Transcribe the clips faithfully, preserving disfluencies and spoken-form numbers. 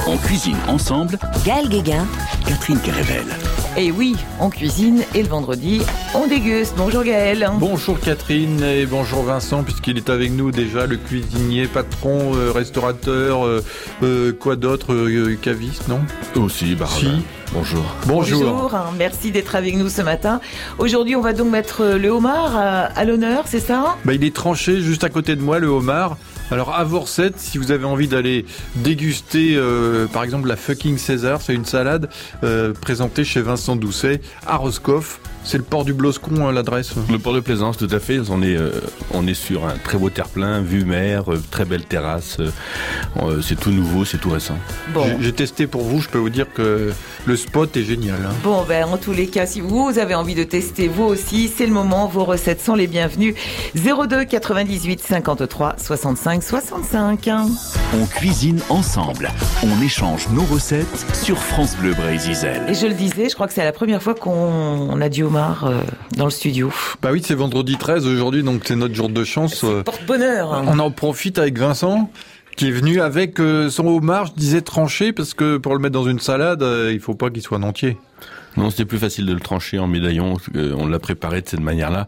On cuisine ensemble. Gaël Guéguin, Catherine Kérével. Et oui, on cuisine et le vendredi, on déguste. Bonjour Gaël. Bonjour Catherine et bonjour Vincent, puisqu'il est avec nous déjà, le cuisinier, patron, euh, restaurateur, euh, euh, quoi d'autre, euh, caviste, non ? Aussi, bah, Si. Bonjour. Bonjour. Bonjour, hein, merci d'être avec nous ce matin. Aujourd'hui, on va donc mettre le homard à, à l'honneur, c'est ça ? Bah, il est tranché juste à côté de moi, le homard. Alors à Vorset, si vous avez envie d'aller déguster, euh, par exemple, la fucking César, c'est une salade euh, présentée chez Vincent Doucet à Roscoff. C'est le port du Bloscon, hein, l'adresse. Le port de Plaisance, tout à fait. On est, euh, on est sur un très beau terre-plein, vue mer, euh, très belle terrasse. Euh, c'est tout nouveau, c'est tout récent. Bon. J'ai, j'ai testé pour vous, je peux vous dire que le spot est génial. Hein. Bon, ben, en tous les cas, si vous avez envie de tester, vous aussi, c'est le moment. Vos recettes sont les bienvenues. zéro deux quatre-vingt-dix-huit cinquante-trois soixante-cinq soixante-cinq. On cuisine ensemble. On échange nos recettes sur France Bleu Brésil. Et je le disais, je crois que c'est la première fois qu'on a du homard euh, dans le studio. Bah oui, c'est vendredi treize aujourd'hui, donc c'est notre jour de chance. C'est porte-bonheur. Hein. On en profite avec Vincent, qui est venu avec euh, son homard, je disais tranché, parce que pour le mettre dans une salade, euh, il faut pas qu'il soit en entier. Non, c'était plus facile de le trancher en médaillon. On l'a préparé de cette manière-là.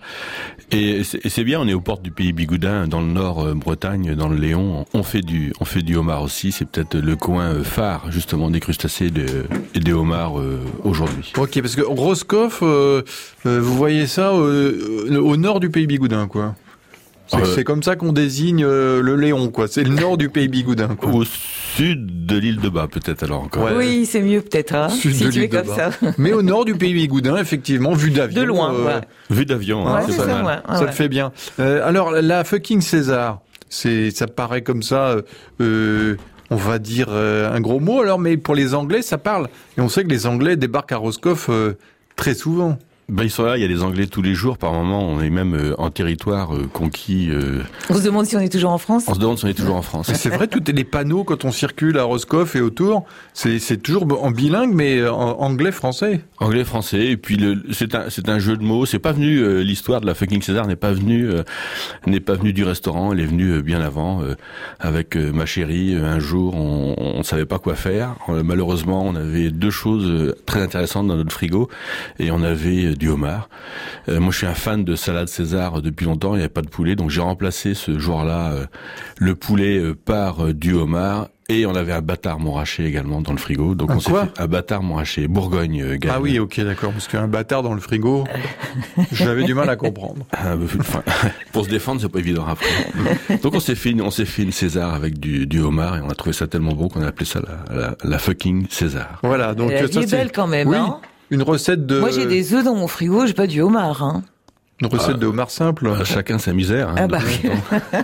Et c'est, et c'est bien, on est aux portes du pays Bigoudin, dans le nord euh, Bretagne, dans le Léon. On fait du, on fait du homard aussi. C'est peut-être le coin euh, phare, justement, des crustacés de, et des homards euh, aujourd'hui. Ok, parce que Roscoff, euh, euh, vous voyez ça euh, au nord du pays Bigoudin, quoi. C'est, Euh, c'est comme ça qu'on désigne euh, le Léon, quoi. C'est le nord du pays Bigoudin, quoi. Au sud de l'île de Bas, peut-être alors encore. Ouais. Oui, c'est mieux peut-être, hein, Sud si de tu es l'île de comme Bas. ça. Mais au nord du pays Bigoudin, effectivement, vue d'avion. De loin, euh, ouais. Vue d'avion, hein, Ouais, c'est c'est pas ça, mal. ouais. Ah Ça ouais. le fait bien. Euh, alors, la fucking César, c'est, ça paraît comme ça, euh, on va dire euh, un gros mot, alors, mais pour les Anglais, ça parle. Et on sait que les Anglais débarquent à Roscoff euh, très souvent. Ben, ils sont là, il y a des Anglais tous les jours, par moment, on est même euh, en territoire euh, conquis. Euh, On se demande si on est toujours en France. on se demande si on est toujours en France. Mais c'est vrai, tous les panneaux, quand on circule à Roscoff et autour, c'est, c'est toujours en bilingue, mais en anglais-français. Anglais, français, et puis le, c'est un, c'est un jeu de mots. C'est pas venu euh, l'histoire de la fucking César n'est pas venue, euh, n'est pas venue du restaurant. Elle est venue euh, bien avant, euh, avec euh, ma chérie. Euh, un jour, on, on savait pas quoi faire. Euh, malheureusement, on avait deux choses euh, très intéressantes dans notre frigo, et on avait euh, du homard. Euh, moi, je suis un fan de salade César depuis longtemps. Il n'y avait pas de poulet, donc j'ai remplacé ce jour-là euh, le poulet euh, par euh, du homard. Et on avait un bâtard montrachet également dans le frigo. Donc Un on s'est quoi fait un bâtard montrachet, Bourgogne. Euh, Gaël. Ah oui, ok, d'accord, parce qu'un bâtard dans le frigo, j'avais du mal à comprendre. Ah, bah, enfin, pour se défendre, c'est pas évident après. Donc on s'est fait une, on s'est fait une César avec du, du homard et on a trouvé ça tellement bon qu'on a appelé ça la, la, la fucking César. Voilà, donc La ça vie est c'est belle quand même, oui, hein. une recette de Moi, j'ai des œufs dans mon frigo, j'ai pas du homard, hein. une recette de homard simple. Euh, Chacun sa misère. Hein, Ah bah de- oui.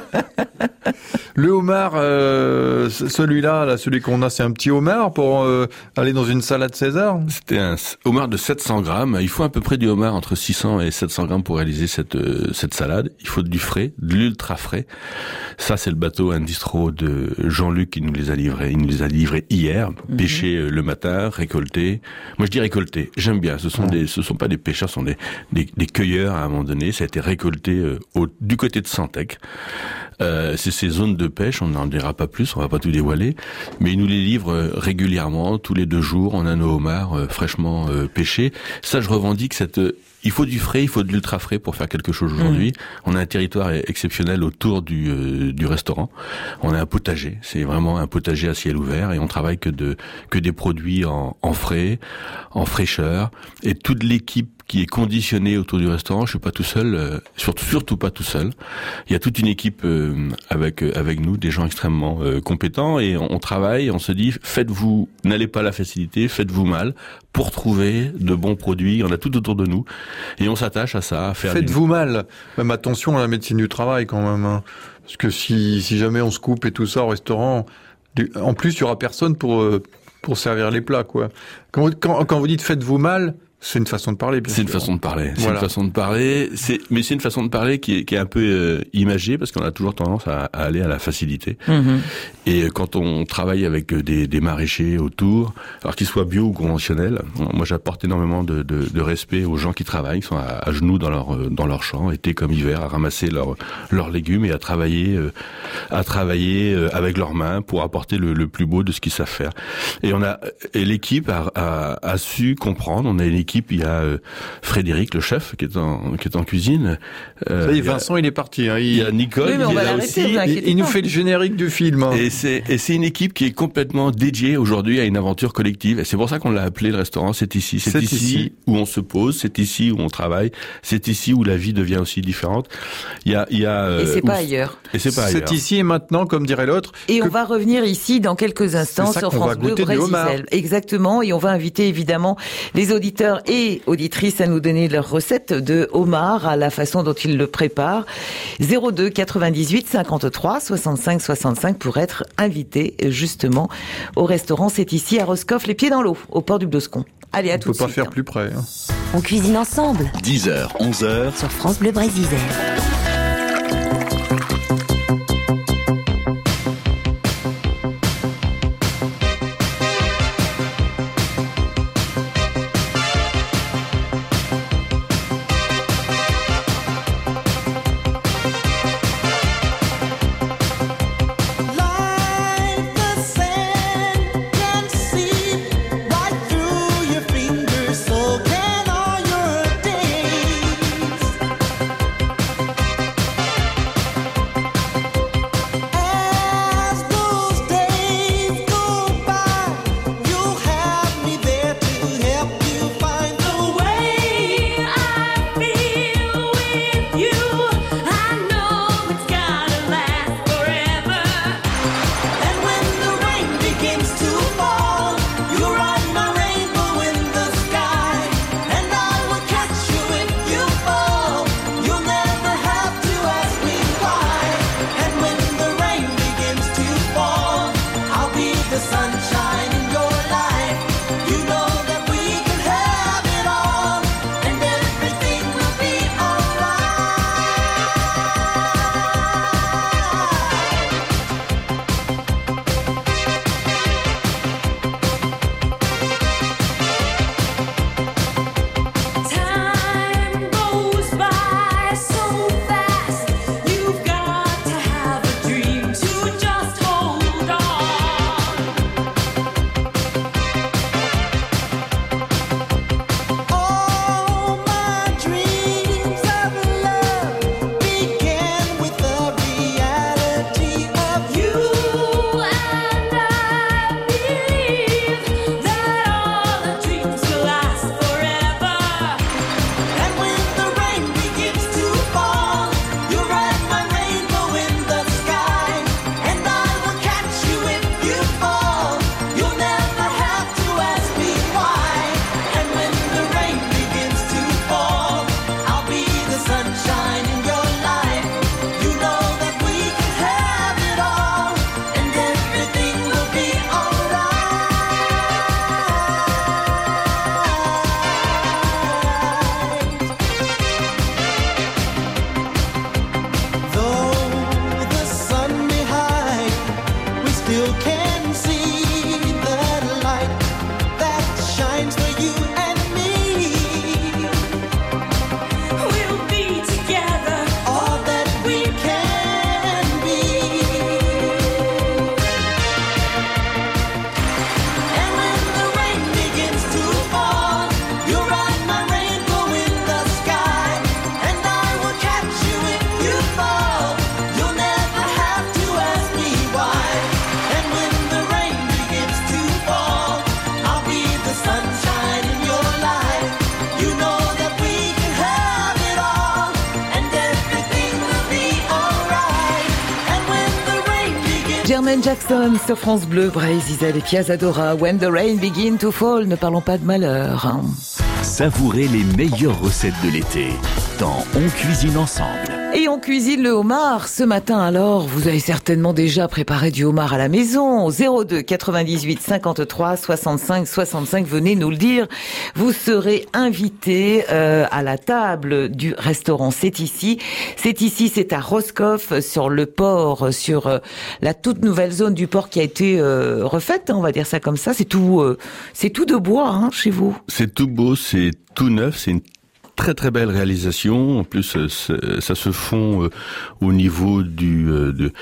Le homard, euh, c- celui-là, là, celui qu'on a, c'est un petit homard pour euh, aller dans une salade César. C'était un s- homard de sept cents grammes. Il faut à peu près du homard entre six cents et sept cents grammes pour réaliser cette euh, cette salade. Il faut du frais, de l'ultra frais. Ça, c'est le bateau Indistro de Jean-Luc qui nous les a livrés. Il nous les a livrés hier, pêchés euh, le matin, récoltés. Moi, je dis récoltés. J'aime bien. Ce sont des, ce sont pas des pêcheurs, ce sont des des, des cueilleurs à un moment donné. Ça a été récolté euh, au, du côté de Santec. Euh, c'est ces zones de pêche, on n'en dira pas plus, on va pas tout dévoiler, mais ils nous les livrent euh, régulièrement, tous les deux jours, on a nos homards euh, fraîchement euh, pêchés. Ça, je revendique cette... euh, il faut du frais, il faut de l'ultra frais pour faire quelque chose aujourd'hui. Mmh. On a un territoire exceptionnel autour du, euh, du restaurant. On a un potager, c'est vraiment un potager à ciel ouvert et on travaille que de que des produits en, en frais, en fraîcheur. Et toute l'équipe qui est conditionnée autour du restaurant, je suis pas tout seul, euh, surtout surtout pas tout seul. Il y a toute une équipe euh, avec euh, avec nous, des gens extrêmement euh, compétents et on, on travaille. On se dit, faites-vous, n'allez pas à la facilité, faites-vous mal pour trouver de bons produits. On a tout autour de nous. Et on s'attache à ça, à faire. Faites-vous mal. Même attention à la médecine du travail quand même, hein. Parce que si si jamais on se coupe et tout ça au restaurant, du- en plus il y aura personne pour euh, pour servir les plats, quoi. Quand, quand, quand vous dites faites-vous mal, C'est une façon de parler, bien C'est sûr. une façon de parler. C'est Voilà. une façon de parler. C'est, mais c'est une façon de parler qui est, qui est un peu euh, imagée parce qu'on a toujours tendance à, à aller à la facilité. Mmh. Et quand on travaille avec des, des maraîchers autour, alors qu'ils soient bio ou conventionnels, moi j'apporte énormément de, de, de respect aux gens qui travaillent, qui sont à, à genoux dans leur dans leur champ, été comme hiver, à ramasser leurs leurs légumes et à travailler euh, à travailler euh, avec leurs mains pour apporter le, le plus beau de ce qu'ils savent faire. Et on a et l'équipe a, a, a su comprendre. On a une équipe. Il y a euh, Frédéric, le chef, qui est en qui est en cuisine. Euh, Ça y est, il y a- Vincent, il est parti. Hein. Il y a Nicole Oui, mais on qui va est là l'arrêter, aussi. vous inquiétez Il, il nous pas. fait le générique du film. Hein. Et c'est, et c'est une équipe qui est complètement dédiée aujourd'hui à une aventure collective. Et c'est pour ça qu'on l'a appelé le restaurant C'est ici. C'est, C'est ici, ici. où on se pose, c'est ici où on travaille, c'est ici où la vie devient aussi différente. Il y a, il y a, Et euh, c'est pas où- ailleurs. Et c'est pas ailleurs. C'est ici et maintenant, comme dirait l'autre. Et que- on va revenir ici dans quelques instants C'est ça sur qu'on va France Bleu goûter du homard. Brésil. Exactement. Et on va inviter évidemment les auditeurs et auditrices à nous donner leur recette de homard à la façon dont ils le préparent. zéro deux quatre-vingt-dix-huit cinquante-trois soixante-cinq soixante-cinq pour être invité justement au restaurant C'est ici à Roscoff, les pieds dans l'eau, au port du Bloscon. Allez, à On tout peut de pas suite. faire plus près. Hein. On cuisine ensemble dix heures, onze heures. sur France Bleu Brésil. Like the sand can see right through your fingers, so can all your days. As those days go by, you'll have me there to help you find the way I feel with you. I know it's gotta last forever. And when the rain begins to fall, you ride my rainbow in the sky. And I will catch you if you fall. You'll never have to ask me why. And when the rain begins to fall, I'll be the sunshine in your life. You know that we can have it all, and everything will be alright. Time goes by so fast. You've got to have a dream to just hold on. All my dreams of love began with the reality of you, and I believe that all the dreams will last forever. And when the rain begins to fall, you'll ride my rainbow in the sky. And I will catch you if you fall. You'll never have to ask me why. And when the rain begins to fall, I'll be the sunshine in your life. You know that we can have it all, and everything will be alright. Though the sun may hide, we still can see the light that shines for you and me. We'll be together, all that we can be. And when the rain begins to fall, you'll ride my rainbow in the sky. And I will catch you if you fall. You'll never have to ask me why. And when the rain begins to fall, I'll be the sunshine in your life. You know that we can have it all, and everything will be alright. And when the rain begins Jermaine Jackson sur France Bleu, Brésil et Pia Zadora. When the rain begin to fall. Ne parlons pas de malheur. hein. Savourez les meilleures recettes de l'été dans On cuisine ensemble. Et on cuisine le homard ce matin. Alors, vous avez certainement déjà préparé du homard à la maison. zéro deux quatre-vingt-dix-huit cinquante-trois soixante-cinq soixante-cinq, venez nous le dire. Vous serez invité euh, à la table du restaurant C'est ici. C'est ici, c'est à Roscoff, sur le port, sur euh, la toute nouvelle zone du port qui a été euh, refaite, on va dire ça comme ça. C'est tout, euh, c'est tout de bois hein, chez vous. C'est tout beau, c'est tout neuf, c'est une très très belle réalisation. En plus, ça se fond au niveau du de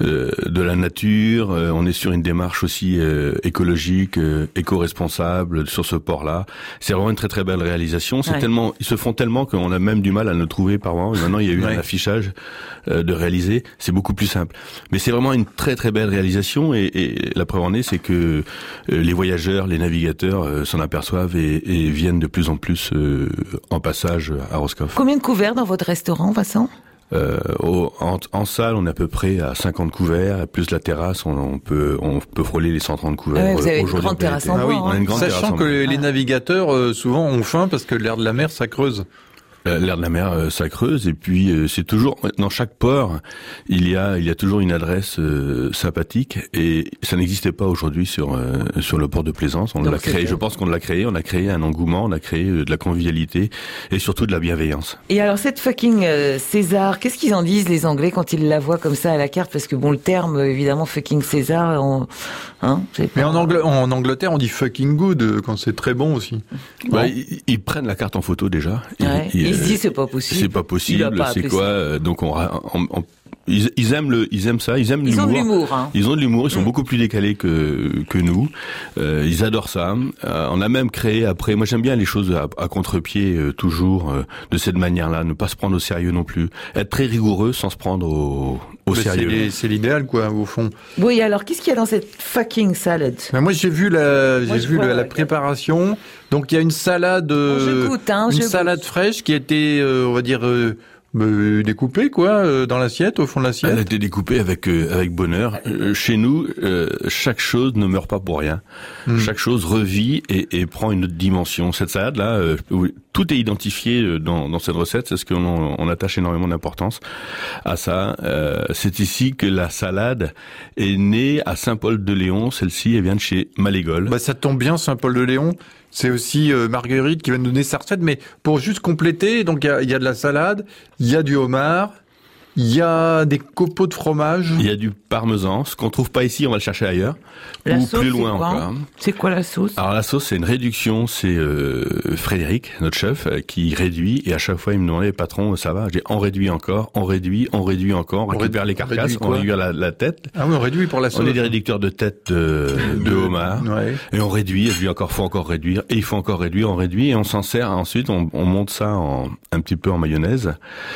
de la nature. On est sur une démarche aussi écologique, éco-responsable sur ce port-là. C'est vraiment une très très belle réalisation. C'est ouais. tellement, ils se font tellement qu'on a même du mal à le trouver par moment. Et maintenant, il y a eu ouais. un affichage de réaliser. C'est beaucoup plus simple. Mais c'est vraiment une très très belle réalisation. Et, et la preuve en est, c'est que les voyageurs, les navigateurs s'en aperçoivent et, et viennent de plus en plus en passage à Roscoff. Combien de couverts dans votre restaurant, Vincent ? Euh, au, en, en salle, on est à peu près à cinquante couverts, plus la terrasse, on, on peut on peut frôler les cent trente couverts. Ah ouais, vous avez une grande terrasse en bois. Ah oui, hein. on a une grande Sachant que les, les ah. navigateurs, euh, souvent, ont faim parce que l'air de la mer, ça creuse. L'air de la mer, euh, ça creuse, et puis euh, c'est toujours dans chaque port, il y a il y a toujours une adresse euh, sympathique, et ça n'existait pas aujourd'hui sur euh, sur le port de Plaisance. On l'a créé, je pense qu'on l'a créé, on a créé un engouement, on a créé euh, de la convivialité et surtout de la bienveillance. Et alors cette fucking euh, César, qu'est-ce qu'ils en disent les Anglais quand ils la voient comme ça à la carte ? Parce que bon, le terme évidemment fucking César, on, hein, pas... mais en, Angl- en Angleterre on dit fucking good quand c'est très bon aussi. Bon. Bah, ils, ils prennent la carte en photo déjà. Ouais. Ils, ils, Ici, c'est pas possible. C'est pas possible. Pas c'est quoi euh, Donc on, on, on ils, ils aiment le, ils aiment ça, ils aiment ils l'humour. Ont de l'humour hein. Ils ont de l'humour. Ils sont mmh. beaucoup plus décalés que que nous. Euh, ils adorent ça. Euh, on a même créé après. Moi, j'aime bien les choses à, à contre-pied euh, toujours euh, de cette manière-là. Ne pas se prendre au sérieux non plus. Être très rigoureux sans se prendre au, au sérieux. C'est, c'est l'idéal, quoi, au fond. Oui. Alors, qu'est-ce qu'il y a dans cette fucking salade ? Ben moi, j'ai vu la, j'ai moi, vu la, la préparation. Donc, il y a une salade, euh, bon, goûte, hein, une salade goûte. fraîche qui a été, euh, on va dire. Euh, Euh, découpée quoi euh, dans l'assiette, au fond de l'assiette. Elle a été découpée avec euh, avec bonheur. Euh, chez nous, euh, chaque chose ne meurt pas pour rien. Mm. Chaque chose revit et, et prend une autre dimension. Cette salade là, euh, tout est identifié dans dans cette recette. C'est ce qu'on on attache énormément d'importance à ça. Euh, c'est ici que la salade est née à Saint-Paul-de-Léon. Celle-ci, elle vient de chez Malégol. Bah ça tombe bien, Saint-Paul-de-Léon. C'est aussi euh, Marguerite qui va nous donner sa recette, mais pour juste compléter, donc il y a, y a de la salade, il y a du homard, il y a des copeaux de fromage. Il y a du parmesan. Ce qu'on trouve pas ici, on va le chercher ailleurs. La ou sauce, plus loin c'est quoi encore. C'est quoi la sauce ? Alors la sauce, c'est une réduction. C'est euh, Frédéric, notre chef, euh, qui réduit. Et à chaque fois, il me demandait, patron, ça va ? J'ai on réduit encore, on réduit, on réduit encore. On, on récupère réduit, les carcasses, on réduit, on réduit la, la tête. Ah oui, on réduit pour la sauce. On est des réducteurs de tête de, de, de homard. Ouais. Et on réduit. Et puis encore, faut encore réduire. Et il faut encore réduire, on réduit. Et on s'en sert. Ensuite, on, on monte ça en, un petit peu en mayonnaise.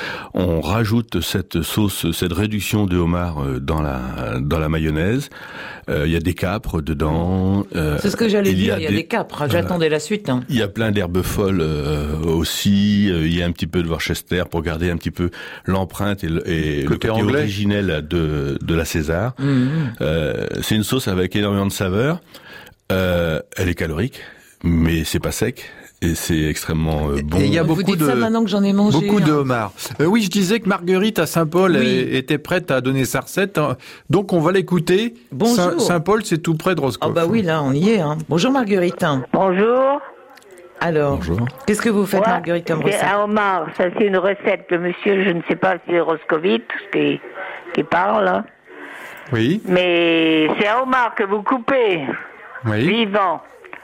On rajoute cette sauce, cette réduction de homard dans la dans la mayonnaise. Euh, il y a des capres dedans. Euh, C'est ce que j'allais il dire. Il y a des, des capres. Voilà. J'attendais la suite. Hein. Il y a plein d'herbes folles euh, aussi. Il y a un petit peu de Worcester pour garder un petit peu l'empreinte et le, et côté, le côté originel de de la César. Mmh. Euh, c'est une sauce avec énormément de saveur. Euh, elle est calorique, mais c'est pas sec. Et c'est extrêmement euh, bon. Et il y a beaucoup Vous dites de ça maintenant que j'en ai mangé. Beaucoup hein. de homard. Euh, oui, je disais que Marguerite à Saint-Paul oui. était prête à donner sa recette. Donc on va l'écouter. Bonjour. Saint- Saint-Paul, c'est tout près de Roscoff. Ah bah oui, là on y est. Hein. Bonjour Marguerite. Bonjour. Alors, Bonjour. Qu'est-ce que vous faites ouais, Marguerite comme recette ? Un homard, ça c'est une recette. Le monsieur, je ne sais pas si c'est Roscovite qui, qui parle. Hein. Oui. Mais c'est un homard que vous coupez oui. vivant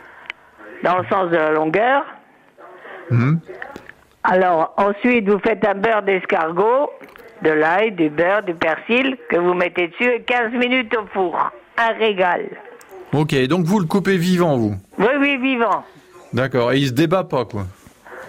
dans le sens de la longueur. Mmh. Alors, ensuite, vous faites un beurre d'escargot, de l'ail, du beurre, du persil, que vous mettez dessus et quinze minutes au four. Un régal. Ok, donc vous le coupez vivant, vous ? Oui, oui, vivant. D'accord, et il se débat pas, quoi ? Comment ?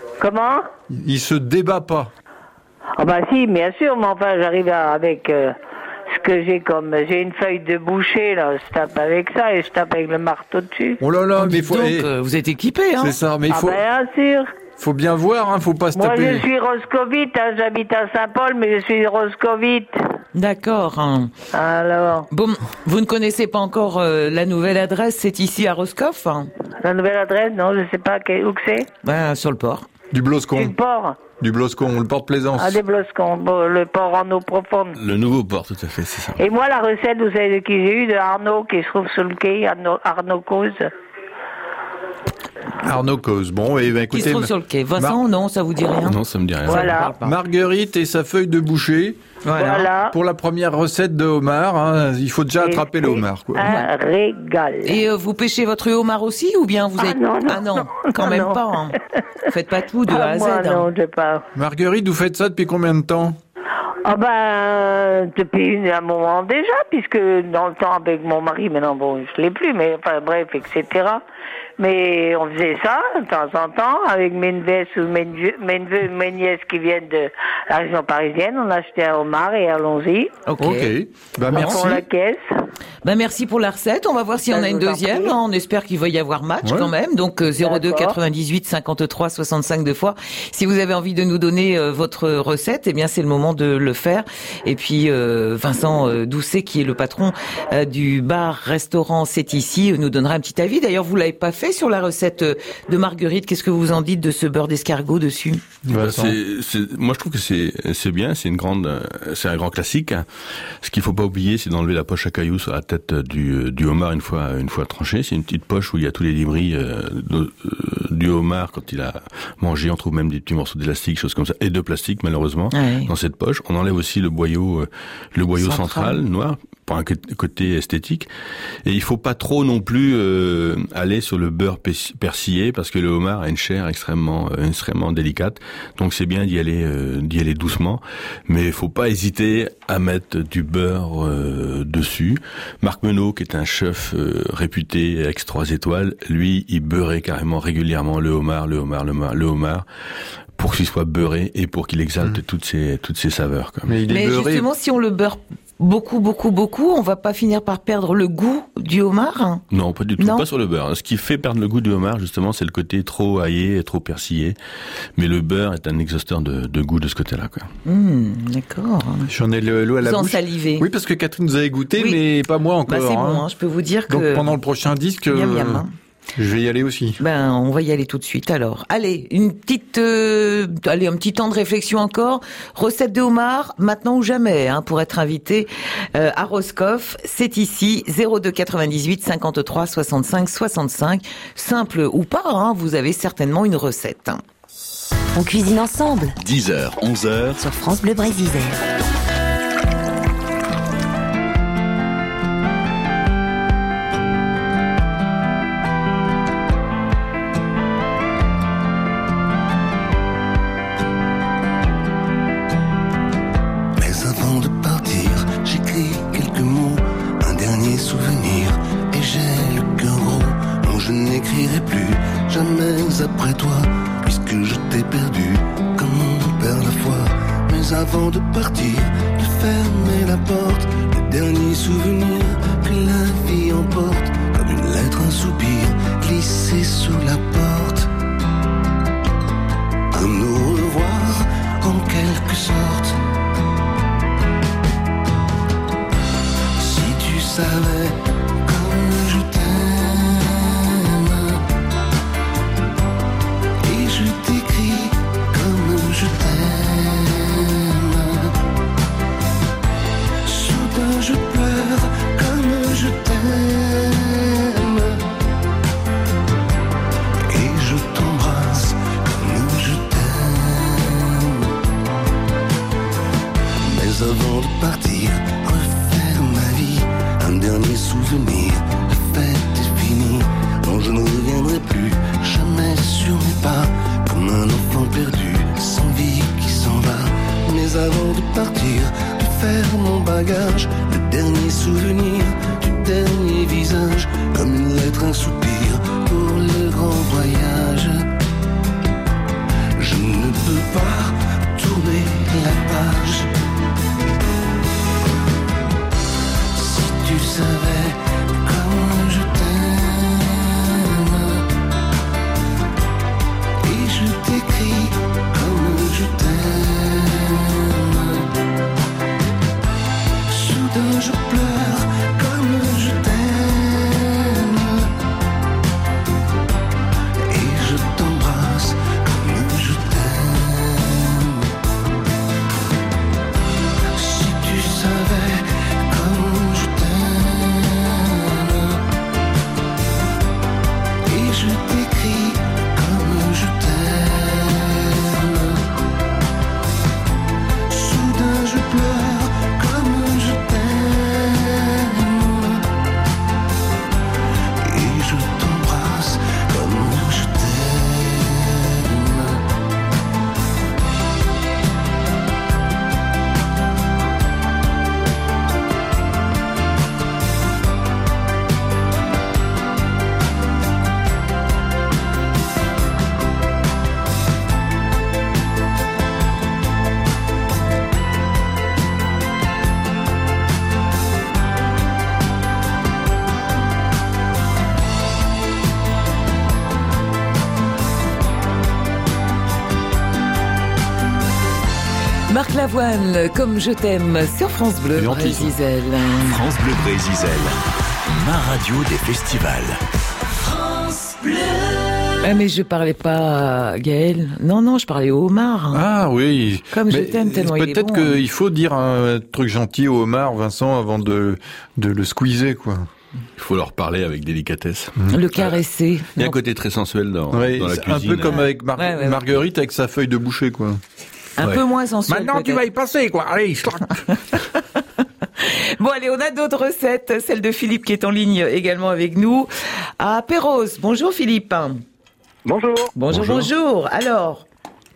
Il se débat pas. Ah bah si, bien sûr, mais enfin, j'arrive à, avec... Euh, ce que j'ai comme j'ai une feuille de boucher là, je tape avec ça et je tape avec le marteau dessus. Oh là là, oh, mais faut donc, eh, euh, vous êtes équipé hein. C'est ça, mais il faut ah bien sûr. Faut bien voir hein, faut pas se Moi, taper. Moi je suis Roscovite, hein, j'habite à Saint-Paul mais je suis Roscovite. D'accord. Hein. Alors. Bon, vous ne connaissez pas encore euh, la nouvelle adresse, c'est ici à Roscoff hein. La nouvelle adresse, non, je sais pas où que c'est. Ben, sur le port. Du Du bloscon. porc. Du bloscon, le porte-plaisance. Ah, des bloscons. Bon, le porc en eau profonde. Le nouveau port, tout à fait, c'est ça. Et moi, la recette, vous savez de qui j'ai eu? De Arnaud, qui se trouve sur le quai, Arnaud, Arnaud Cause. Arnaud Cause. Bon, et ben Qui se écoutez, trouve sur le quai. Vincent, non, ça vous dit rien? Non, ça me dit rien. Voilà. Marguerite et sa feuille de boucher. Voilà. Pour la première recette de homard, hein, il faut déjà Et attraper le c'est homard, quoi. Un régal. Et euh, vous pêchez votre homard aussi ou bien vous Ah avez... non, non, ah non, non, quand non, même non. pas. Hein. Faites pas tout de Ah, A à Z. moi, hein. non, je sais pas. Marguerite, vous faites ça depuis combien de temps? Ah ben, depuis une- un moment déjà, puisque dans le temps avec mon mari, maintenant bon, je l'ai plus, mais enfin bref, et cetera. Mais on faisait ça de temps en temps avec mes neveux ou mes neveux, mes neveux, mes nièces qui viennent de la région parisienne. On achetait un homard et allons-y. Ok. Ok. Bah, On merci. prend la caisse. Ben merci pour la recette. On va voir si Ben, on a je une vous en deuxième. prie. On espère qu'il va y avoir match Ouais. quand même. Donc euh, zéro deux D'accord. quatre-vingt-dix-huit cinquante-trois soixante-cinq deux fois. Si vous avez envie de nous donner euh, votre recette, eh bien c'est le moment de le faire. Et puis euh, Vincent euh, Doucet, qui est le patron euh, du bar-restaurant C'est ici, euh, nous donnera un petit avis. D'ailleurs, vous l'avez pas fait sur la recette euh, de Marguerite. Qu'est-ce que vous en dites de ce beurre d'escargot dessus? Bah, Vincent. c'est, c'est- moi, je trouve que c'est, c'est bien. C'est une grande, euh, c'est un grand classique. hein. Ce qu'il faut pas oublier, c'est d'enlever la poche à cailloux sur la tête du, du homard une fois, une fois tranché. C'est une petite poche où il y a tous les débris euh, de- euh, du homard quand il a mangé. On trouve même des petits morceaux d'élastique, choses comme ça, et de plastique malheureusement Ouais. dans cette poche. On enlève aussi le boyau, euh, le boyau Central. central, noir, pour un côté- côté esthétique. Et il faut pas trop non plus euh, aller sur le beurre pers- persillé parce que le homard a une chair extrêmement, euh, extrêmement délicate. Donc c'est bien d'y aller, euh, d'y aller doucement, mais il faut pas hésiter à mettre du beurre euh, dessus. Marc Menot, qui est un chef euh, réputé ex trois étoiles, lui, il beurrait carrément régulièrement le homard, le homard, le homard, le homard, pour qu'il soit beurré et pour qu'il exalte toutes ses toutes ses saveurs. Quoi. Mais il est Mais beurré. justement, si on le beurre beaucoup, beaucoup, beaucoup, on va pas finir par perdre le goût du homard, hein? Non, pas du tout, Non. pas sur le beurre. Ce qui fait perdre le goût du homard, justement, c'est le côté trop aillé, trop persillé. Mais le beurre est un exhausteur de, de goût de ce côté-là, quoi. Hum, d'accord. J'en ai le- l'eau à la Vous en bouche. salivez. Oui, parce que Catherine nous avait goûté, Oui. mais pas moi encore. Bah c'est hein. bon, hein, je peux vous dire que... Donc pendant le prochain disque, Miam, euh, miam, hein. je vais y aller aussi. Ben, on va y aller tout de suite alors. Allez, une petite, euh, allez, un petit temps de réflexion encore. Recette de homard, maintenant ou jamais, hein, pour être invité euh, à Roscoff. C'est ici, zéro deux quatre-vingt-dix-huit cinquante-trois soixante-cinq soixante-cinq. Simple ou pas, hein, vous avez certainement une recette. hein. On cuisine ensemble dix heures, onze heures. sur France Bleu Brésil. Mais avant de partir, j'écris quelques mots, un dernier souvenir, et j'ai le cœur gros. Non, je n'écrirai plus jamais après toi, puisque je t'ai perdu, comme on perd la foi. Mais avant de partir, de fermer la porte, le dernier souvenir que la vie emporte, comme une lettre, un soupir, glissé sous la porte. Un nous revoir, en quelque sorte. Si tu savais comme je t'aime, et je t'écris comme je t'aime, soudain je pleure comme je t'aime, et je t'embrasse comme je t'aime. Mais avant de partir, refaire ma vie, un dernier souvenir, la fête est finie. Non, je ne reviendrai plus, jamais sur mes pas, comme un enfant perdu, sans vie qui s'en va. Mais avant de partir, de faire mon bagage, le dernier souvenir du dernier visage, comme une lettre, un soupir pour le grand voyage. Je ne peux pas tourner la page. Si tu savais comme je t'aime, et je t'écris comme je t'aime, soudain je pleure comme je t'aime, Marc Lavoine, comme je t'aime, sur France Bleu, C'est gentil, ça. Brésil. France Bleu Brésil, ma radio des festivals. Ah, mais je parlais pas à Gaël. Non, non, je parlais au homard. Ah oui. Comme je Mais t'aime tellement il est peut-être bon. qu'il faut dire un truc gentil au homard, Vincent, avant de, de le squeezer, quoi. Il faut leur parler avec délicatesse. Le caresser. Il y a un Non, côté très sensuel dans, Ouais, dans la c'est un cuisine. peu comme avec Mar- Ouais, ouais, ouais. Marguerite avec sa feuille de boucher, quoi. un Ouais. peu moins sensuel. peut-être. y passer, quoi. Allez, Bon, allez, on a d'autres recettes. Celle de Philippe qui est en ligne également avec nous. À Perros. Bonjour Philippe. Bonjour. Bonjour, bonjour. Bonjour. Alors,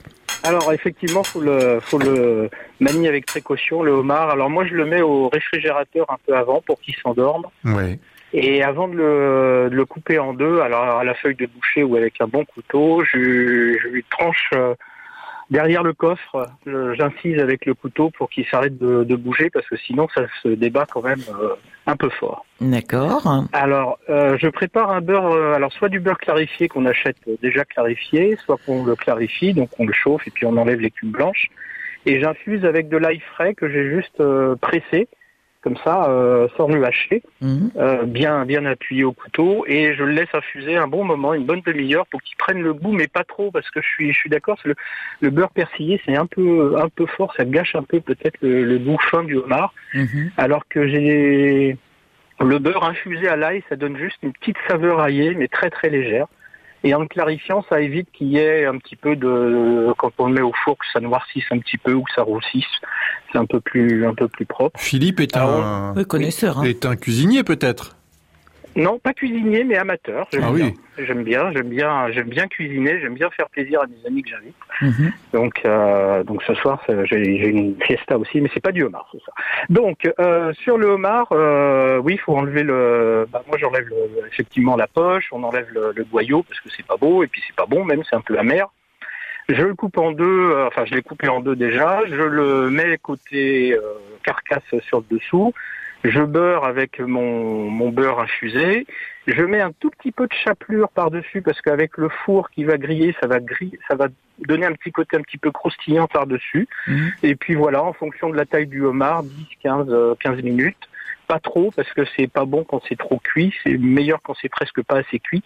Alors effectivement, faut le faut le manier avec précaution le homard. Alors moi je le mets au réfrigérateur un peu avant pour qu'il s'endorme. Ouais. Et avant de le, de le couper en deux, alors à la feuille de boucher ou avec un bon couteau, je, je lui tranche euh, derrière le coffre. je- J'incise avec le couteau pour qu'il s'arrête de, de bouger parce que sinon ça se débat quand même euh, un peu fort. d'accord. Alors, euh, je prépare un beurre, euh, alors soit du beurre clarifié qu'on achète euh, déjà clarifié, soit qu'on le clarifie, donc on le chauffe et puis on enlève l'écume blanche. Et j'infuse avec de l'ail frais que j'ai juste euh, pressé, comme ça, euh, sans le hacher, Mhm. euh, bien bien appuyé au couteau, et je le laisse infuser un bon moment, une bonne demi-heure, pour qu'il prenne le goût, mais pas trop, parce que je suis je suis d'accord, c'est le, le beurre persillé, c'est un peu un peu fort, ça gâche un peu peut-être le, le goût fin du homard. Mhm. Alors que j'ai le beurre infusé à l'ail, ça donne juste une petite saveur aillée, mais très très légère. Et en le clarifiant, ça évite qu'il y ait un petit peu de, quand on le met au four, que ça noircisse un petit peu ou que ça roussisse. C'est un peu plus, un peu plus propre. Philippe est Alors, un, Oui, connaisseur. Hein. est un cuisinier, peut-être. Non, pas cuisinier, mais amateur. J'aime Ah bien. oui. J'aime bien, j'aime bien, j'aime bien cuisiner, j'aime bien faire plaisir à mes amis que j'invite. Mhm. Donc, euh, donc ce soir, ça- j'ai j'ai une fiesta aussi, mais c'est pas du homard, c'est ça. Donc, euh, sur le homard, euh, oui, il faut enlever le. Bah, moi, j'enlève le- effectivement la poche, on enlève le, le boyau parce que c'est pas beau et puis c'est pas bon, même c'est un peu amer. Je le coupe en deux, euh, enfin, je l'ai coupé en deux déjà. Je le mets côté euh, carcasse sur le dessous. Je beurre avec mon, mon beurre infusé. Je mets un tout petit peu de chapelure par-dessus parce qu'avec le four qui va griller, ça va griller, ça va donner un petit côté un petit peu croustillant par-dessus. Mhm. Et puis voilà, en fonction de la taille du homard, dix, quinze, euh, quinze minutes. Pas trop parce que c'est pas bon quand c'est trop cuit. C'est meilleur quand c'est presque pas assez cuit.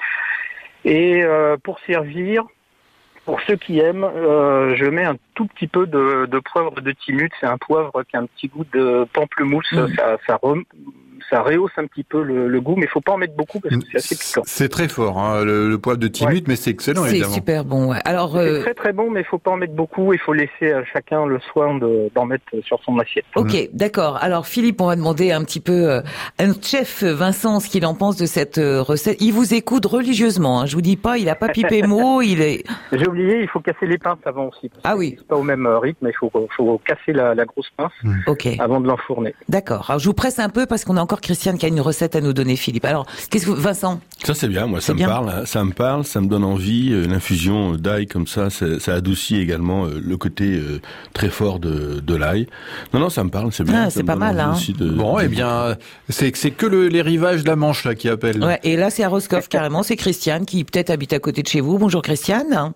Et euh, pour servir, pour ceux qui aiment, euh, je mets un tout petit peu de, de poivre de Timut. C'est un poivre qui a un petit goût de pamplemousse. Mhm. Ça, ça, rem- ça rehausse un petit peu le, le goût, mais il faut pas en mettre beaucoup parce que c'est assez piquant. C'est très fort, hein, le, le poivre de Timut, mais c'est excellent, C'est évidemment. super bon. Ouais. Alors, C'est euh, très très bon, mais il faut pas en mettre beaucoup. Il faut laisser à chacun le soin de- d'en mettre sur son assiette. ok, d'accord. Alors, Philippe, on va demander un petit peu euh, à notre chef Vincent ce qu'il en pense de cette euh, recette. Il vous écoute religieusement. Hein. Je vous dis pas, il a pas pipé mot. Il est. J'ai oublié, il faut casser les pinces avant aussi. parce Ah que oui. C'est pas au même euh, rythme, il faut, faut casser la, la grosse pince Ok. avant de l'enfourner. D'accord. Alors, je vous presse un peu parce qu'on a encore Christiane qui a une recette à nous donner, Philippe. Alors, qu'est-ce que vous... Vincent? Ça c'est bien, moi C'est ça me bien. parle, hein. ça me parle, ça me donne envie. euh, L'infusion d'ail comme ça, ça, ça adoucit également euh, le côté euh, très fort de, de l'ail. Non non, ça me parle, c'est bien. Ah, ça c'est me pas donne mal, envie hein. aussi de- Bon, eh bien, c'est c'est que le, les rivages de la Manche, là, qui appellent. Ouais, et là, c'est à Roscoff, carrément. C'est Christiane qui peut-être habite à côté de chez vous. Bonjour, Christiane.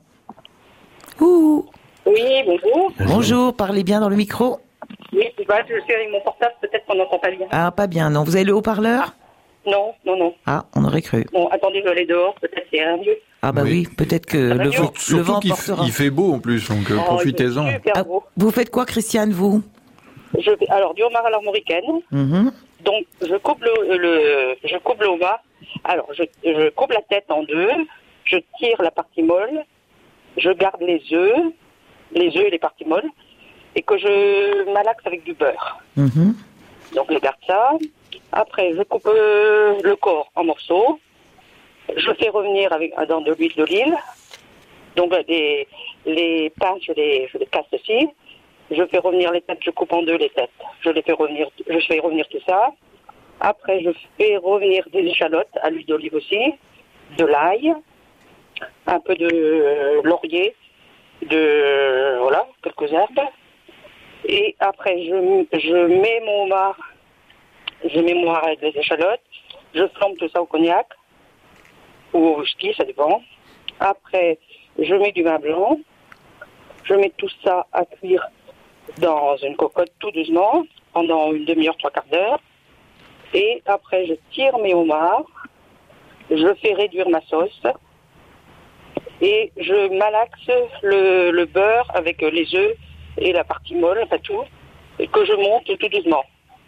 Ouh. Oui, bonjour. Bonjour, parlez bien dans le micro. Oui, bah, je suis avec mon portable, peut-être qu'on n'entend pas bien. Ah, pas bien, non. Vous avez le haut-parleur? Non, non, non. Ah, on aurait cru. Bon, attendez, je vais aller dehors, peut-être c'est un mieux. Ah bah oui, Oui. peut-être que Ah bah le non. vent, le Surtout vent qu'il f- portera. il fait beau, en plus, donc euh, Oh, profitez-en. il est super Ah, beau. vous faites quoi, Christiane, vous? Je vais, alors, du homard à l'armoricaine. Mhm. Donc, je coupe le, le, je coupe le homard. Alors, je, je coupe la tête en deux. Je tire la partie molle. Je garde les œufs, les œufs et les parties molles. Et que je malaxe avec du beurre. Mhm. Donc, je garde ça. Après, je coupe euh, le corps en morceaux. Je fais revenir avec dans de l'huile d'olive. Donc, euh, les, les pains, je les, je les casse aussi. Je fais revenir les têtes, je coupe en deux les têtes. Je les fais revenir, je fais revenir tout ça. Après, je fais revenir des échalotes à l'huile d'olive aussi, de l'ail, un peu de euh, laurier, de voilà, quelques herbes. Et après, je, je mets mon homard, je mets mon homard avec les échalotes. Je flambe tout ça au cognac ou au whisky, ça dépend. Après, je mets du vin blanc. Je mets tout ça à cuire dans une cocotte tout doucement pendant une demi-heure, trois quarts d'heure. Et après, je tire mes homards, je fais réduire ma sauce et je malaxe le, le beurre avec les œufs et la partie molle, enfin tout, et que je monte tout doucement.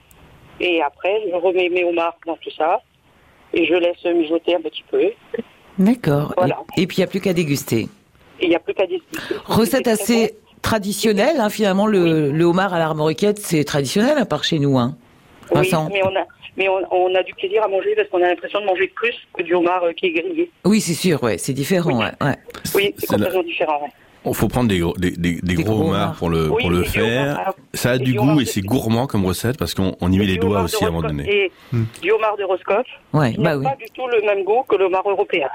Et après, je remets mes homards dans tout ça et je laisse mijoter un petit peu. D'accord. Voilà. Et, et puis il n'y a plus qu'à déguster. Et il n'y a plus qu'à déguster. Recette C'est assez très traditionnelle, hein, finalement, le, le homard à l'armoriquette, c'est traditionnel, à part chez nous. Hein. bon. Oui, Vincent. mais on a, mais on, on a du plaisir à manger parce qu'on a l'impression de manger plus que du homard euh, qui est grillé. Oui, c'est sûr, ouais, c'est différent. Oui. Ouais, ouais. Oui, c'est C'est la- complètement différent. Ouais. Il faut prendre des gros, des, des, des Des gros gros homards homards. pour le, Oui, pour le et du faire. homard, alors, Ça a et du du goût homard et de- c'est gourmand comme recette parce qu'on on y met Et les du doigts homard aussi de à un moment Roscoff donné. Et Hmm. du homard de Roscoff, Ouais, il n'a bah oui. pas du tout le même goût que le homard européen.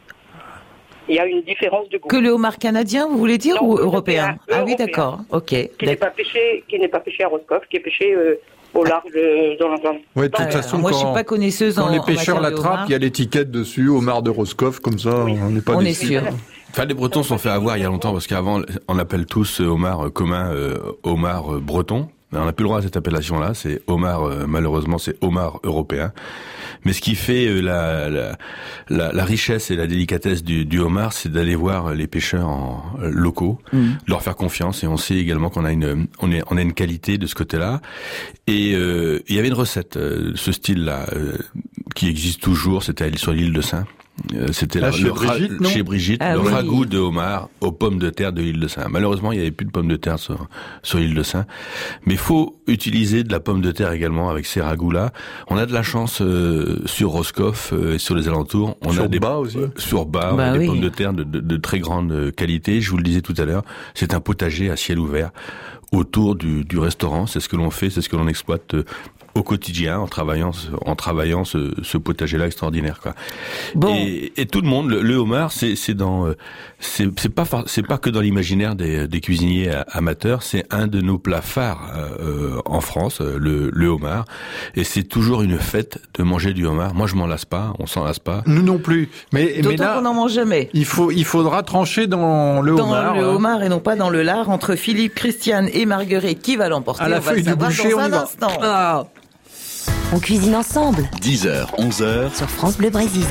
Il y a une différence de goût. Que le homard canadien, vous voulez dire, Non, ou européen. européen? Ah oui, Européen. d'accord. Ok. Qui n'est D'accord. pas pêché, qui n'est pas pêché à Roscoff, qui est pêché euh, au large euh, dans l'Atlantique. Ouais, de toute Ah, façon, moi, je suis quand, pas connaisseuse en quand les en pêcheurs matière de l'attrapent, homard. il y a l'étiquette dessus, homard de Roscoff, comme ça, Oui. on n'est pas On est déçus. sûr. Enfin, les Bretons se sont fait avoir il y a longtemps parce qu'avant, on appelle tous euh, homard euh, commun euh, homard euh, breton. Mais on n'a plus le droit à cette appellation-là. C'est homard, euh, malheureusement, c'est homard européen. Mais ce qui fait euh, la, la, la, la richesse et la délicatesse du, du homard, c'est d'aller voir les pêcheurs en, euh, locaux, Mm. leur faire confiance. Et on sait également qu'on a une, on est, on a une qualité de ce côté-là. Et euh, il y avait une recette, euh, ce style-là, euh, qui existe toujours. C'était sur l'île de Saint. Euh, C'était Ah, la- chez le ra- Brigitte, non chez Brigitte, Ah le oui. ragoût de homard aux pommes de terre de l'île de Saint. Malheureusement, il n'y avait plus de pommes de terre sur, sur l'île de Saint. Mais il faut utiliser de la pomme de terre également avec ces ragoûts-là. On a de la chance euh, sur Roscoff euh, et sur les alentours. On Sur a des Bas aussi. euh, sur bas, on Bah a des oui. pommes de terre de, de, de très grande euh, qualité. Je vous le disais tout à l'heure, c'est un potager à ciel ouvert autour du, du restaurant. C'est ce que l'on fait, c'est ce que l'on exploite euh, au quotidien en travaillant en travaillant ce, ce potager-là extraordinaire, quoi. Bon. Et, et tout le monde, le, le homard, c'est c'est dans euh, c'est c'est pas for- c'est pas que dans l'imaginaire des, des cuisiniers a- amateurs, c'est un de nos plats phares euh, en France, euh, le, le homard. Et c'est toujours une fête de manger du homard. Moi, je m'en lasse pas, on s'en lasse pas. Nous non plus. Mais, mais D'autant là, qu'on n'en mange jamais. il, faut, il faudra trancher dans le Dans homard. le hein. homard et non pas dans le lard, entre Philippe, Christiane et Marguerite, qui va l'emporter? À la On va le feuille du savoir boucher, dans on y un va. instant. Ah. On cuisine ensemble dix heures, onze heures. sur France Bleu Brésil.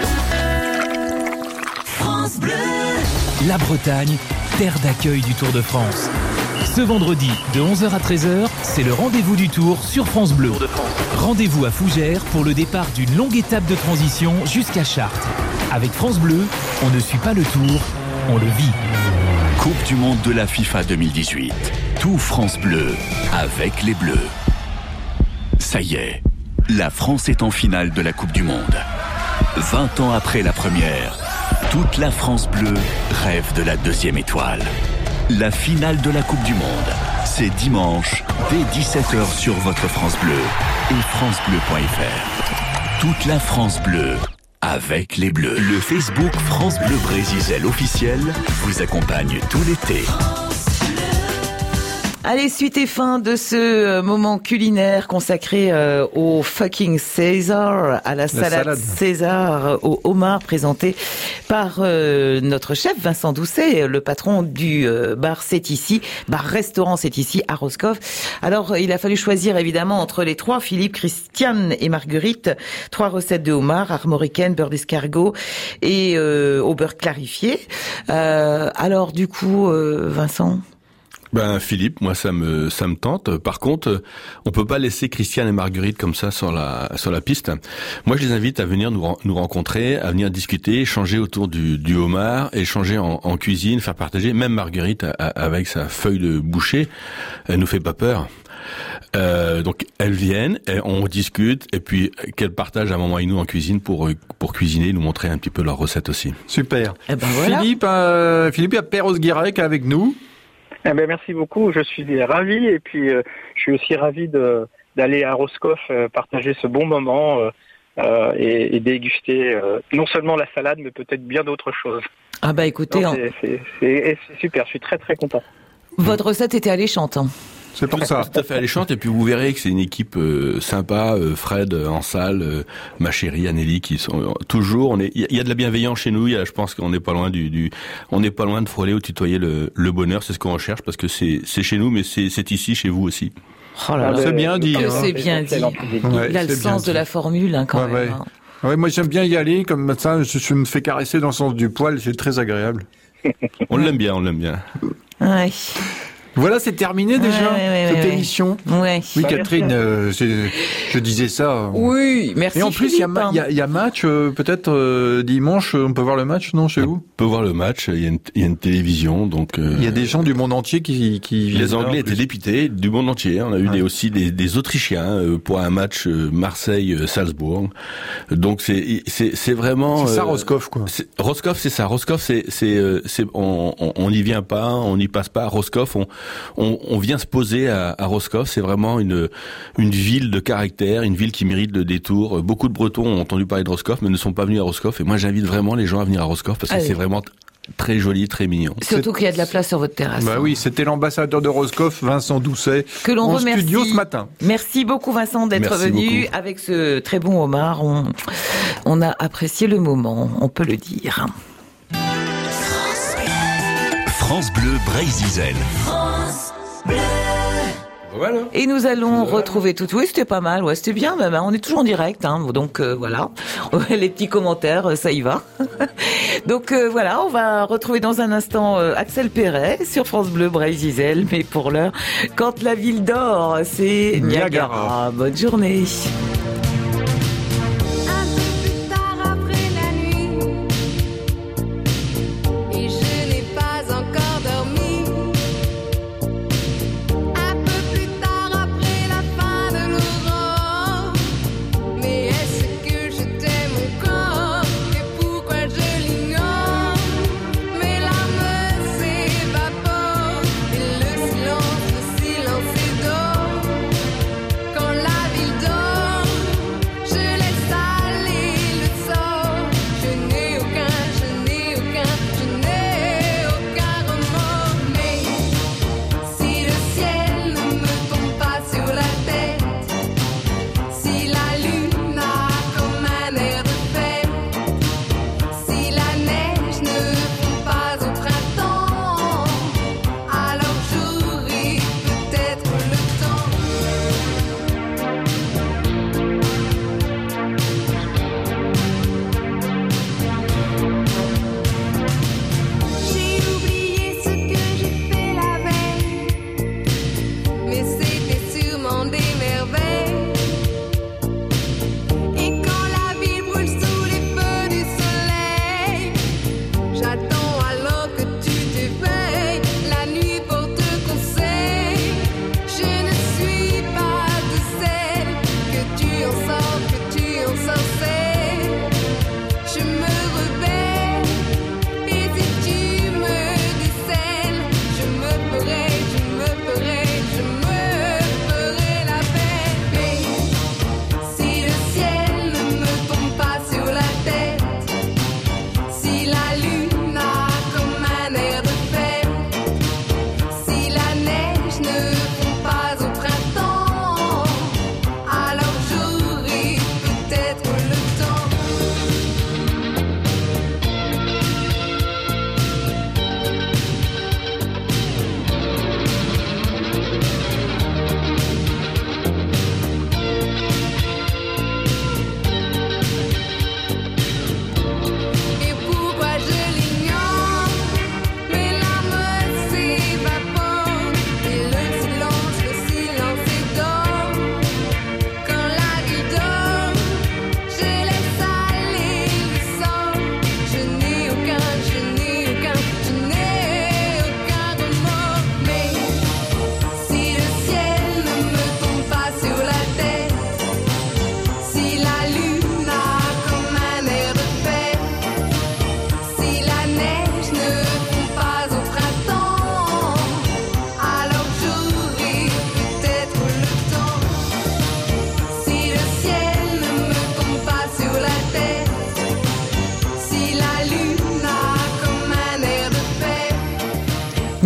La Bretagne, terre d'accueil du Tour de France. Ce vendredi, de onze heures à treize heures, c'est le rendez-vous du Tour sur France Bleu. Rendez-vous à Fougères pour le départ d'une longue étape de transition jusqu'à Chartres. Avec France Bleu, on ne suit pas le Tour, on le vit. Coupe du monde de la FIFA deux mille dix-huit. Tout France Bleu avec les Bleus. Ça y est, la France est en finale de la Coupe du Monde. vingt ans après la première, toute la France bleue rêve de la deuxième étoile. La finale de la Coupe du Monde, c'est dimanche dès dix-sept heures sur votre France Bleu et francebleu point f r. Toute la France bleue avec les Bleus. Le Facebook France Bleu Brésil officiel vous accompagne tout l'été. Allez, suite et fin de ce euh, moment culinaire consacré euh, au fucking César, à la, salade, salade. César euh, au homard présenté par euh, notre chef Vincent Doucet, le patron du euh, bar C'est Ici, bar-restaurant C'est Ici à Roscoff. Alors, euh, il a fallu choisir évidemment entre les trois, Philippe, Christiane et Marguerite, trois recettes de homard, armoricaine, beurre d'escargot et euh, au beurre clarifié. Euh, alors, du coup, euh, Vincent? Ben Philippe, moi ça me ça me tente. Par contre, on peut pas laisser Christiane et Marguerite comme ça sur la sur la piste. Moi, je les invite à venir nous nous rencontrer, à venir discuter, échanger autour du du homard, échanger en, en cuisine, faire partager. Même Marguerite a- a- avec sa feuille de boucher, elle nous fait pas peur. Euh, donc elles viennent, et on discute et puis qu'elles partagent un moment avec nous en cuisine pour pour cuisiner, nous montrer un petit peu leurs recettes aussi. Super. Eh ben voilà. Philippe, euh, Philippe, il y a Perros Guirec avec nous. Eh ben, merci beaucoup, je suis ravi et puis euh, je suis aussi ravi de, d'aller à Roscoff euh, partager ce bon moment euh, euh, et, et déguster euh, non seulement la salade mais peut-être bien d'autres choses. Ah bah écoutez, Non, en- c'est, c'est, c'est, et c'est super, je suis très très content. votre recette était alléchante. Hein. C'est pour ça. Tout à fait alléchante, et puis vous verrez que c'est une équipe euh, sympa, euh, Fred euh, en salle, euh, ma chérie Anneli, qui sont euh, toujours, on est, il y, y a de la bienveillance chez nous, il y a, je pense qu'on n'est pas loin du, du, on n'est pas loin de frôler ou tutoyer le, le bonheur, c'est ce qu'on recherche, parce que c'est, c'est chez nous, mais c'est, c'est ici, chez vous aussi. Oh là là. C'est bien dit. Que hein. c'est bien dit. Ouais, Il a le c'est bien sens de dit. la formule, hein, quand Ouais, même. ouais. hein. Ouais, moi j'aime bien y aller, comme ça, je, je me fais caresser dans le sens du poil, c'est très agréable. On l'aime bien, on l'aime bien. Ouais. Voilà, c'est terminé déjà, Ouais, ouais, ouais, cette ouais, émission. Ouais. Oui, Bah, Catherine, merci. euh, c'est- je disais ça. Oui, merci. Et en plus, il y, a Philippe, ma- hein. il y a- il y a match, euh, peut-être euh, dimanche, on peut voir le match, non, chez vous On peut voir le match, il y a une, il y a une télévision, donc... euh, Il y a des gens du monde entier qui, qui viennent Les là, en Anglais plus. étaient dépités du monde entier. On a eu Ouais. des, aussi des, des Autrichiens euh, pour un match euh, Marseille-Salzbourg. Donc c'est c'est c'est vraiment. C'est ça, euh, Roscoff, quoi. c'est- Roscoff, c'est ça. Roscoff, c'est c'est euh, c'est on on- on n'y vient pas, on n'y passe pas. Roscoff, on on, on vient se poser à, à Roscoff. C'est vraiment une une ville de caractère, une ville qui mérite le détour. Beaucoup de Bretons ont entendu parler de Roscoff, mais ne sont pas venus à Roscoff. Et moi, j'invite vraiment les gens à venir à Roscoff parce que Allez. c'est vraiment très joli, très mignon. Surtout qu'il y a de la place sur votre terrasse. Bah oui, c'était l'ambassadeur de Roscoff, Vincent Doucet, Que l'on en remercie. studio ce matin. Merci beaucoup Vincent d'être Merci venu beaucoup. avec ce très bon homard. On, on a apprécié le moment, on peut le dire. France Bleu Brésil. Voilà. Et nous allons retrouver tout. Oui, c'était pas mal. Ouais, c'était bien même. hein. On est toujours en direct, hein. Donc euh, voilà. Les petits commentaires, euh, ça y va. Donc euh, voilà, on va retrouver dans un instant euh, Axel Perret sur France Bleu Brésil. Mais pour l'heure, quand la ville dort, c'est Niagara. Niagara. Bonne journée. Un peu plus tard après la nuit, et je n'ai pas encore dormi. Un peu plus tard après la fin de l'aurore, mais est-ce que je t'aime encore et pourquoi je l'ignore? Mes larmes s'évaporent et le silence, le silence est d'or. Quand la ville dort,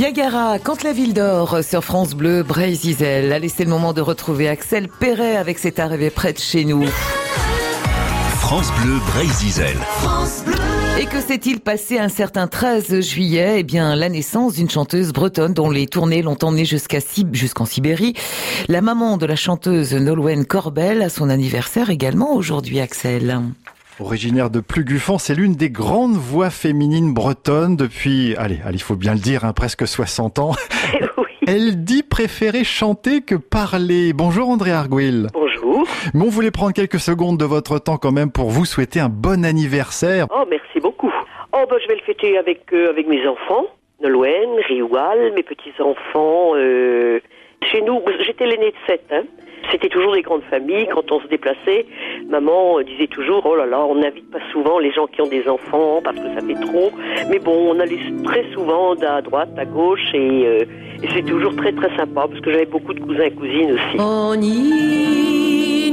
Niagara, quand la ville dort, sur France Bleu, Brésil. Allez, c'est le moment de retrouver Axel Perret avec cet arrivé près de chez nous. France Bleu Brésil. Et que s'est-il passé un certain treize juillet? Eh bien, la naissance d'une chanteuse bretonne dont les tournées l'ont emmenée jusqu'à Sib- jusqu'en Sibérie. La maman de la chanteuse Nolwenn Corbel a son anniversaire également aujourd'hui, Axel. Originaire de Pluguffan, c'est l'une des grandes voix féminines bretonnes depuis, allez, allez, il faut bien le dire, hein, presque soixante ans. Oui. Elle dit préférer chanter que parler. Bonjour André Arguil. Bonjour. Mais on voulait prendre quelques secondes de votre temps quand même pour vous souhaiter un bon anniversaire. Oh, merci beaucoup. Oh, ben, je vais le fêter avec, euh, avec mes enfants, Nolwenn, Rioual, mes petits-enfants. Euh... Chez nous, j'étais l'aîné de sept, hein. C'était toujours des grandes familles. Quand on se déplaçait, maman euh, disait toujours, oh là là, on n'invite pas souvent les gens qui ont des enfants parce que ça fait trop. Mais bon, on allait très souvent à droite, à gauche et, euh, et c'est toujours très très sympa parce que j'avais beaucoup de cousins et cousines aussi. On y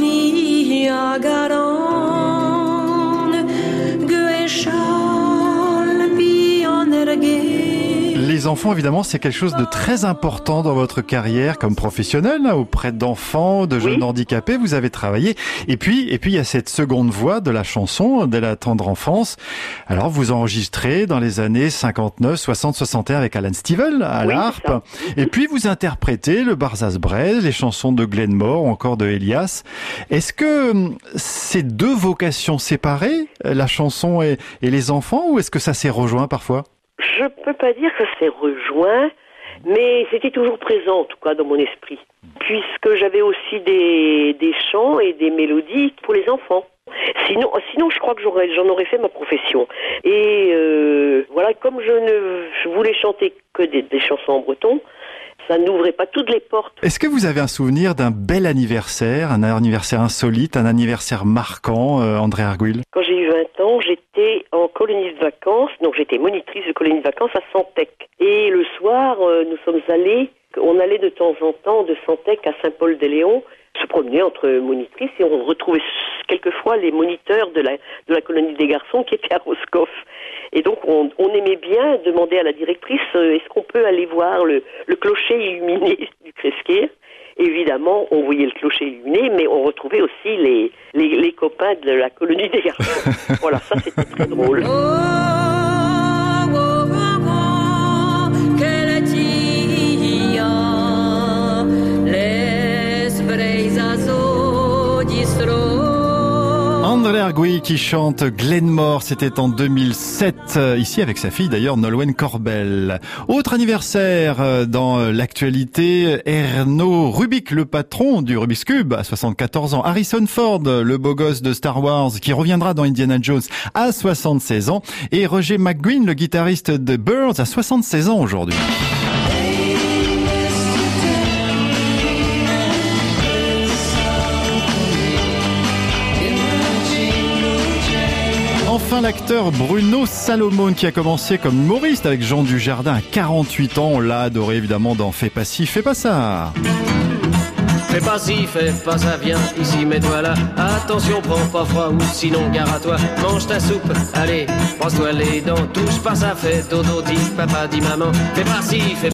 Niagaran, Guéchal, Pionergué. Les enfants, évidemment, c'est quelque chose de très important dans votre carrière comme professionnel, hein, auprès d'enfants, de jeunes Oui. handicapés. Vous avez travaillé. Et puis, et puis, il y a cette seconde voix de la chanson dès la tendre enfance. Alors, vous enregistrez dans les années cinquante-neuf, soixante, soixante et un avec Alan Stivell à Oui, l'harpe. c'est ça. Et puis, vous interprétez le Barzaz Braise, les chansons de Glenmore ou encore de Elias. Est-ce que hum, ces deux vocations séparées, la chanson et, et les enfants, ou est-ce que ça s'est rejoint parfois? Je peux pas dire que ça s'est rejoint, mais c'était toujours présent, en tout cas, dans mon esprit. Puisque j'avais aussi des, des chants et des mélodies pour les enfants. Sinon, sinon je crois que j'aurais, j'en aurais fait ma profession. Et euh, voilà, comme je ne je voulais chanter que des, des chansons en breton, ça n'ouvrait pas toutes les portes. Est-ce que vous avez un souvenir d'un bel anniversaire, un anniversaire insolite, un anniversaire marquant, euh, André Arguil? Quand j'ai eu vingt ans, j'étais en colonie de vacances, donc j'étais monitrice de colonie de vacances à Santec. Et le soir, euh, nous sommes allés, on allait de temps en temps de Santec à Saint-Paul-des-Léons, se promener entre monitrices et on retrouvait quelquefois les moniteurs de la, de la colonie des garçons qui étaient à Roscoff. Et donc on, on aimait bien demander à la directrice euh, est-ce qu'on peut aller voir le, le clocher illuminé du Cresquier. Évidemment, on voyait le clocher illuminé, mais on retrouvait aussi les, les, les copains de la colonie des garçons. Voilà, ça c'était très drôle. Oh, oh, oh, oh, quelle tia, les breizazos distro. André Arguil qui chante Glenmore, c'était en deux mille sept, ici avec sa fille d'ailleurs Nolwenn Corbel. Autre anniversaire euh, dans l'actualité, Erno Rubik, le patron du Rubik's Cube, à soixante-quatorze ans. Harrison Ford, le beau gosse de Star Wars, qui reviendra dans Indiana Jones, à soixante-seize ans. Et Roger McGuinn, le guitariste de Birds, à soixante-seize ans aujourd'hui. Enfin, l'acteur Bruno Salomon qui a commencé comme humoriste avec Jean Dujardin à quarante-huit ans. On l'a adoré évidemment dans Fais pas ci, fais pas ça. Fais pas ci, fais pas ça, viens ici, mets-toi là. Attention, prends pas froid ou sinon gare à toi. Mange ta soupe, allez, brosse-toi les dents. Touche pas ça, fais dodo, dis papa, dis maman. Fais pas ci, fais